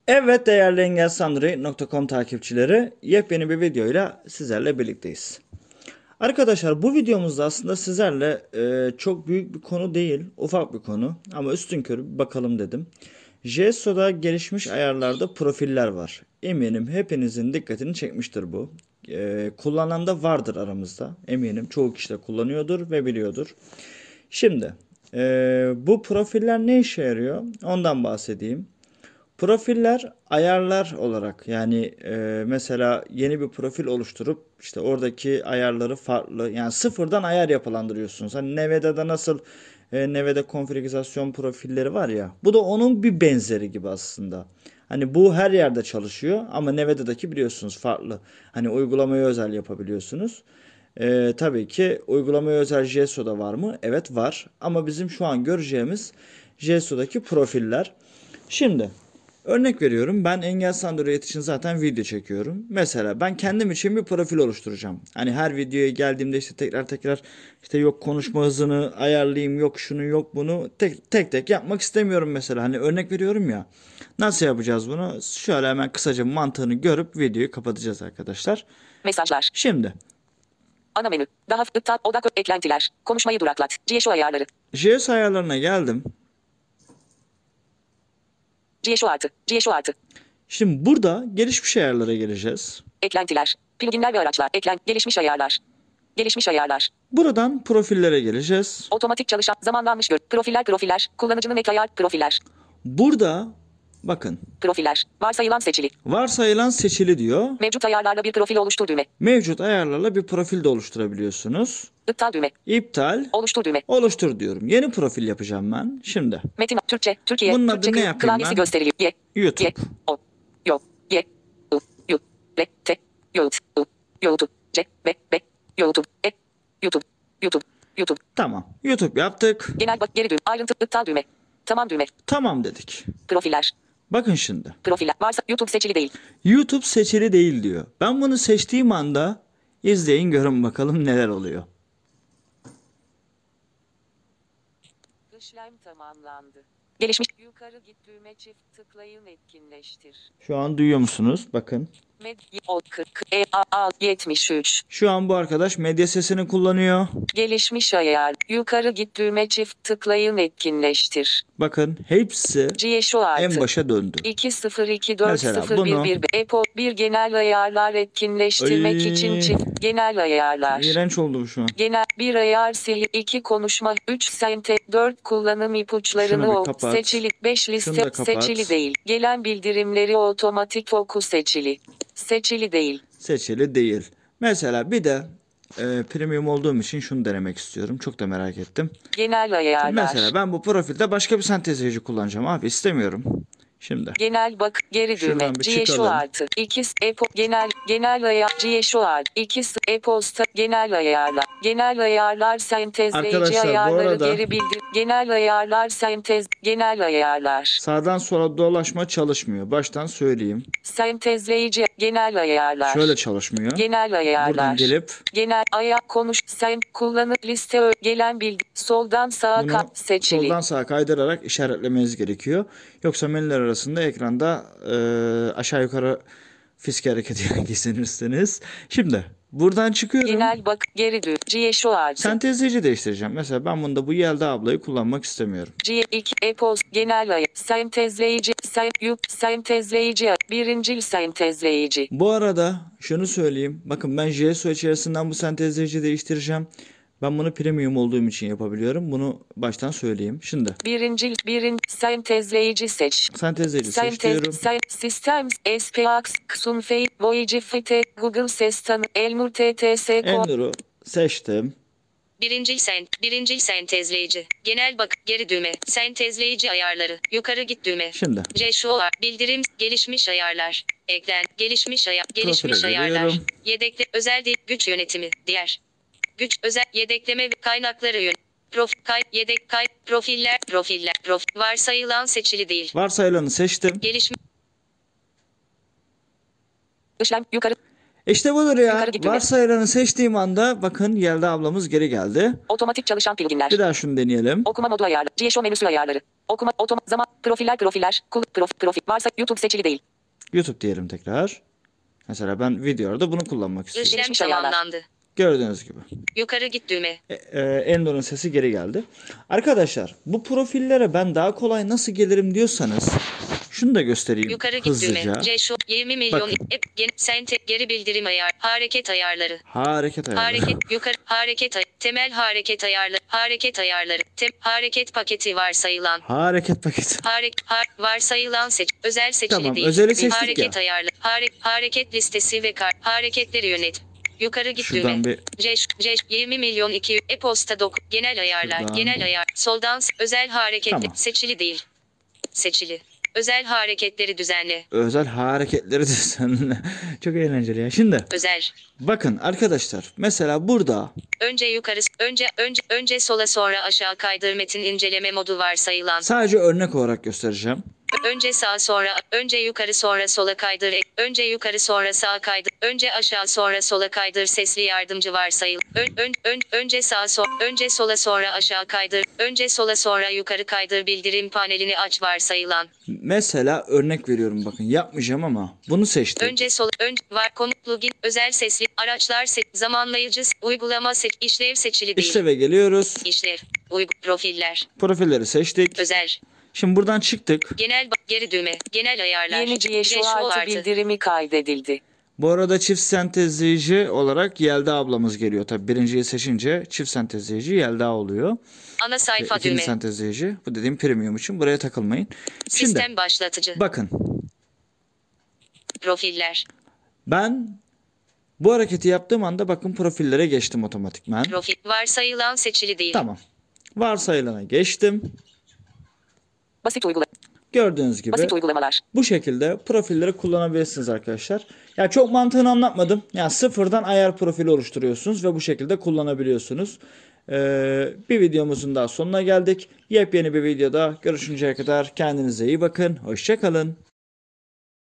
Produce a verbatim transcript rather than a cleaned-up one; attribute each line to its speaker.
Speaker 1: Evet değerli engelsandroid nokta com takipçileri, yepyeni bir videoyla sizlerle birlikteyiz. Arkadaşlar, bu videomuzda aslında sizlerle e, çok büyük bir konu değil, ufak bir konu ama üstünkörü bir bakalım dedim. J S O N'da gelişmiş ayarlarda profiller var. Eminim hepinizin dikkatini çekmiştir bu. E, kullanan da vardır aramızda. Eminim çoğu kişi de kullanıyordur ve biliyordur. Şimdi e, bu profiller ne işe yarıyor? Ondan bahsedeyim. Profiller ayarlar olarak, yani e, mesela yeni bir profil oluşturup işte oradaki ayarları farklı, yani sıfırdan ayar yapılandırıyorsunuz. Hani Neveda'da nasıl e, Neveda konfigürasyon profilleri var ya, bu da onun bir benzeri gibi aslında. Hani bu her yerde çalışıyor ama Neveda'daki biliyorsunuz farklı. Hani uygulamaya özel yapabiliyorsunuz. E, tabii ki uygulamaya özel J S O N'da var mı? Evet var, ama bizim şu an göreceğimiz J S O N'daki profiller. Şimdi örnek veriyorum, ben engelsiz Android için zaten video çekiyorum. Mesela ben kendim için bir profil oluşturacağım. Hani her videoya geldiğimde işte tekrar tekrar işte yok konuşma hızını ayarlayayım, yok şunu yok bunu tek tek, tek yapmak istemiyorum mesela. Hani örnek veriyorum ya. Nasıl yapacağız bunu? Şöyle hemen kısaca mantığını görüp videoyu kapatacağız arkadaşlar.
Speaker 2: Mesajlar.
Speaker 1: Şimdi
Speaker 2: Ana menü. Daha iptal odak eklentiler. Konuşmayı duraklat. G S O ayarları.
Speaker 1: J S O ayarlarına geldim.
Speaker 2: G S O artı. G S O artı.
Speaker 1: Şimdi burada gelişmiş ayarlara geleceğiz.
Speaker 2: Eklentiler. Pluginler ve araçlar. Eklen. Gelişmiş ayarlar. Gelişmiş ayarlar.
Speaker 1: Buradan profillere geleceğiz.
Speaker 2: Otomatik çalışan. Zamanlanmış gör. Profiller profiller. Kullanıcının ek ayar. Profiller.
Speaker 1: Burada bakın.
Speaker 2: Profiller. Varsayılan seçili.
Speaker 1: Varsayılan seçili diyor.
Speaker 2: Mevcut ayarlarla bir profil oluştur düğme.
Speaker 1: Mevcut ayarlarla bir profil de oluşturabiliyorsunuz.
Speaker 2: İptal düğme.
Speaker 1: İptal.
Speaker 2: Oluştur düğme.
Speaker 1: Oluştur diyorum. Yeni profil yapacağım ben. Şimdi.
Speaker 2: Metin Türkçe. Türkiye.
Speaker 1: Bunun
Speaker 2: Türkçe
Speaker 1: adı ne yapayım
Speaker 2: klavyesi
Speaker 1: ben?
Speaker 2: gösteriliyor. Y.
Speaker 1: YouTube.
Speaker 2: Y. O. Yo. Y. U. Yu. L. T. YouTube. YouTube. C. B. B. YouTube. E. YouTube. YouTube. YouTube.
Speaker 1: Tamam. YouTube yaptık.
Speaker 2: Genel bak geri düğme. Ayrıntı iptal düğme. Tamam düğme.
Speaker 1: Tamam dedik.
Speaker 2: Profiller.
Speaker 1: Bakın şimdi.
Speaker 2: Profiller. Varsa YouTube seçili değil.
Speaker 1: YouTube seçili değil diyor. Ben bunu seçtiğim anda izleyin görün bakalım neler oluyor.
Speaker 2: İşlem tamamlandı. Gelişmiş. Yukarı git düğme çift tıklayın etkinleştir.
Speaker 1: Şu an duyuyor musunuz? Bakın.
Speaker 2: Medya o kırk e a a yetmiş üç.
Speaker 1: Şu an bu arkadaş medya sesini kullanıyor.
Speaker 2: Gelişmiş ayar. Yukarı git düğme çift tıklayın etkinleştir.
Speaker 1: Bakın hepsi
Speaker 2: G S O artı.
Speaker 1: en başa döndü.
Speaker 2: iki sıfır iki dört
Speaker 1: Mesela
Speaker 2: sıfır
Speaker 1: bunu-
Speaker 2: bir bir Epo bir genel ayarlar etkinleştirmek
Speaker 1: Ay.
Speaker 2: için çift genel ayarlar.
Speaker 1: İğrenç oldu bu şu an.
Speaker 2: Genel bir ayar sil iki konuşma üç sente dört kullanım
Speaker 1: Şunu
Speaker 2: ipuçlarını
Speaker 1: bir
Speaker 2: o
Speaker 1: kapat.
Speaker 2: seçili beş
Speaker 1: Şunu
Speaker 2: liste
Speaker 1: da kapat.
Speaker 2: seçili değil. Gelen bildirimleri otomatik fokus seçili. Seçili değil.
Speaker 1: Seçili değil. Mesela bir de e, premium olduğum için şunu denemek istiyorum. Çok da merak ettim.
Speaker 2: Genel ayarlar.
Speaker 1: Mesela ben bu profilde başka bir sentezleyici kullanacağım abi. İstemiyorum. Şimdi.
Speaker 2: Genel bak geri düğme.
Speaker 1: Şuradan bir
Speaker 2: G S O
Speaker 1: çıkalım.
Speaker 2: artı. iki Epo genel genel ayar G S O artı. iki e-posta genel ayarlar. Genel ayarlar sentezleyici
Speaker 1: Arkadaşlar, bu
Speaker 2: ayarları
Speaker 1: arada-
Speaker 2: geri bildir. Genel ayarlar sentez genel ayarlar.
Speaker 1: Sağdan sola dolaşma çalışmıyor. Baştan söyleyeyim.
Speaker 2: Sentezleyici genel ayarlar.
Speaker 1: Şöyle çalışmıyor.
Speaker 2: Genel ayarlar.
Speaker 1: Buradan gelip
Speaker 2: genel ayak konuş sen kullanıp liste ö- gelen bilgi soldan sağa
Speaker 1: bunu
Speaker 2: ka- seçili.
Speaker 1: soldan sağa kaydırarak işaretlemeniz gerekiyor. Yoksa menüler arasında ekranda e, aşağı yukarı fiske hareketi gizlenirsiniz. Şimdi buradan çıkıyorum.
Speaker 2: Genel bak geri düğ. G S O artı.
Speaker 1: Sentezleyici değiştireceğim. Mesela ben bunda bu Yelda ablayı kullanmak istemiyorum.
Speaker 2: G iki e-post genel ayar sentezleyici sen yük sentezleyici birincil sentezleyici.
Speaker 1: Bu arada şunu söyleyeyim. Bakın ben J S O içerisinden bu sentezleyici değiştireceğim. Ben bunu premium olduğum için yapabiliyorum. Bunu baştan söyleyeyim. Şimdi
Speaker 2: Birincil birin sentezleyici seç.
Speaker 1: sentezleyici
Speaker 2: Sentez
Speaker 1: seçiyorum.
Speaker 2: sen Systems S P A X Sunfei Voyage Fite Google Sestan Elmur T T S Ko
Speaker 1: Endur'u seçtim.
Speaker 3: Birincil sen, birincil sentezleyici. Genel bak, geri düğme, sentezleyici ayarları, yukarı git düğme.
Speaker 1: Şimdi
Speaker 3: J S O, bildirim, gelişmiş ayarlar. Eklen, gelişmiş ayar, gelişmiş
Speaker 1: Profile
Speaker 3: ayarlar.
Speaker 1: geliyorum.
Speaker 3: Yedekle, özel değil, güç yönetimi, diğer. Güç, özel, yedekleme ve kaynakları yön. Prof, kay, yedek, kay, profiller, profiller, prof, varsayılan seçili değil.
Speaker 1: varsayılanı seçtim.
Speaker 3: Gelişmiş,
Speaker 2: işlem yukarı
Speaker 1: İşte budur ya.
Speaker 2: Yukarı git düğme.
Speaker 1: Varsayılanı seçtiğim anda bakın Yelda ablamız geri geldi.
Speaker 2: Otomatik çalışan pluginler.
Speaker 1: Bir daha şunu deneyelim.
Speaker 2: Okuma modu ayarları. G S O menüsü ayarları. Okuma, otoma, zaman, profiller, profiller, kul, prof, profil. Varsa YouTube seçili değil.
Speaker 1: YouTube diyelim tekrar. Mesela ben videoda bunu kullanmak istiyorum.
Speaker 3: İşlem
Speaker 2: Gelişmiş ayarlar.
Speaker 3: tamamlandı.
Speaker 1: Gördüğünüz gibi.
Speaker 3: Yukarı git düğme.
Speaker 1: E, e, Endo'nun sesi geri geldi. Arkadaşlar bu profillere ben daha kolay nasıl gelirim diyorsanız şunu da göstereyim
Speaker 3: Yukarı git
Speaker 1: hızlıca.
Speaker 3: düğme. C S O yirmi milyon.
Speaker 1: Bakın.
Speaker 3: App, gen, sente, geri bildirim ayar. Hareket ayarları.
Speaker 1: Hareket ayarları.
Speaker 3: Hareket yukarı hareket ay- temel hareket ayarları hareket ayarları tem hareket paketi varsayılan
Speaker 1: Hareket paketi.
Speaker 3: hareket har, varsayılan seç özel seçili
Speaker 1: Tamam,
Speaker 3: değil
Speaker 1: özeli seçtik
Speaker 3: hareket
Speaker 1: ya.
Speaker 3: ayarlı hare, hareket listesi ve kar hareketleri yönet yukarı git
Speaker 1: Şuradan
Speaker 3: düğme
Speaker 1: bir-
Speaker 3: C C yirmi milyon iki e-posta dok genel ayarlar
Speaker 1: Şuradan.
Speaker 3: genel ayar soldan s- özel hareket
Speaker 1: Tamam.
Speaker 3: seçili değil seçili özel hareketleri düzenle
Speaker 1: Özel hareketleri düzenle. Çok eğlenceli ya. Şimdi
Speaker 3: özel
Speaker 1: bakın arkadaşlar mesela burada
Speaker 3: önce yukarı önce önce önce sola sonra aşağı kaydır metin inceleme modu varsayılan
Speaker 1: sadece örnek olarak göstereceğim.
Speaker 3: Önce sağ sonra önce yukarı sonra sola kaydır. Önce yukarı sonra sağa kaydır. Önce aşağı sonra sola kaydır. Sesli yardımcı varsayıl. Ön, ön, ön, önce sağa so önce sola sonra aşağı kaydır. Önce sola sonra yukarı kaydır. Bildirim panelini aç varsayılan.
Speaker 1: Mesela örnek veriyorum bakın yapmayacağım ama bunu seçtim.
Speaker 3: Önce sola önce var konu plugin özel sesli araçlar seç zamanlayıcı uygulama seç işlev seçili değil.
Speaker 1: İşleve geliyoruz.
Speaker 3: İşlev uygu profiller
Speaker 1: Profilleri seçtik.
Speaker 3: özel
Speaker 1: Şimdi buradan çıktık.
Speaker 3: genel ba- geri düğme genel ayarlar
Speaker 2: Yeni G S O artı bildirimi kaydedildi.
Speaker 1: Bu arada çift sentezleyici olarak Yelda ablamız geliyor. Tabi birinciyi seçince çift sentezleyici Yelda oluyor.
Speaker 3: ana
Speaker 1: Ve
Speaker 3: sayfa
Speaker 1: ikinci
Speaker 3: düğme
Speaker 1: sentezleyici. Bu dediğim premium için buraya takılmayın. Şimdi
Speaker 3: sistem başlatıcı
Speaker 1: bakın
Speaker 3: profiller
Speaker 1: ben bu hareketi yaptığım anda bakın profillere geçtim otomatikman.
Speaker 3: profil varsayılan seçili değil.
Speaker 1: Tamam. Varsayılana geçtim.
Speaker 2: Basit uygula
Speaker 1: Gördüğünüz gibi
Speaker 2: basit uygulamalar.
Speaker 1: bu şekilde profilleri kullanabilirsiniz arkadaşlar. Ya çok mantığını anlatmadım. Ya sıfırdan ayar profili oluşturuyorsunuz ve bu şekilde kullanabiliyorsunuz. Ee, bir videomuzun daha sonuna geldik. Yepyeni bir videoda görüşünceye kadar kendinize iyi bakın. Hoşça kalın.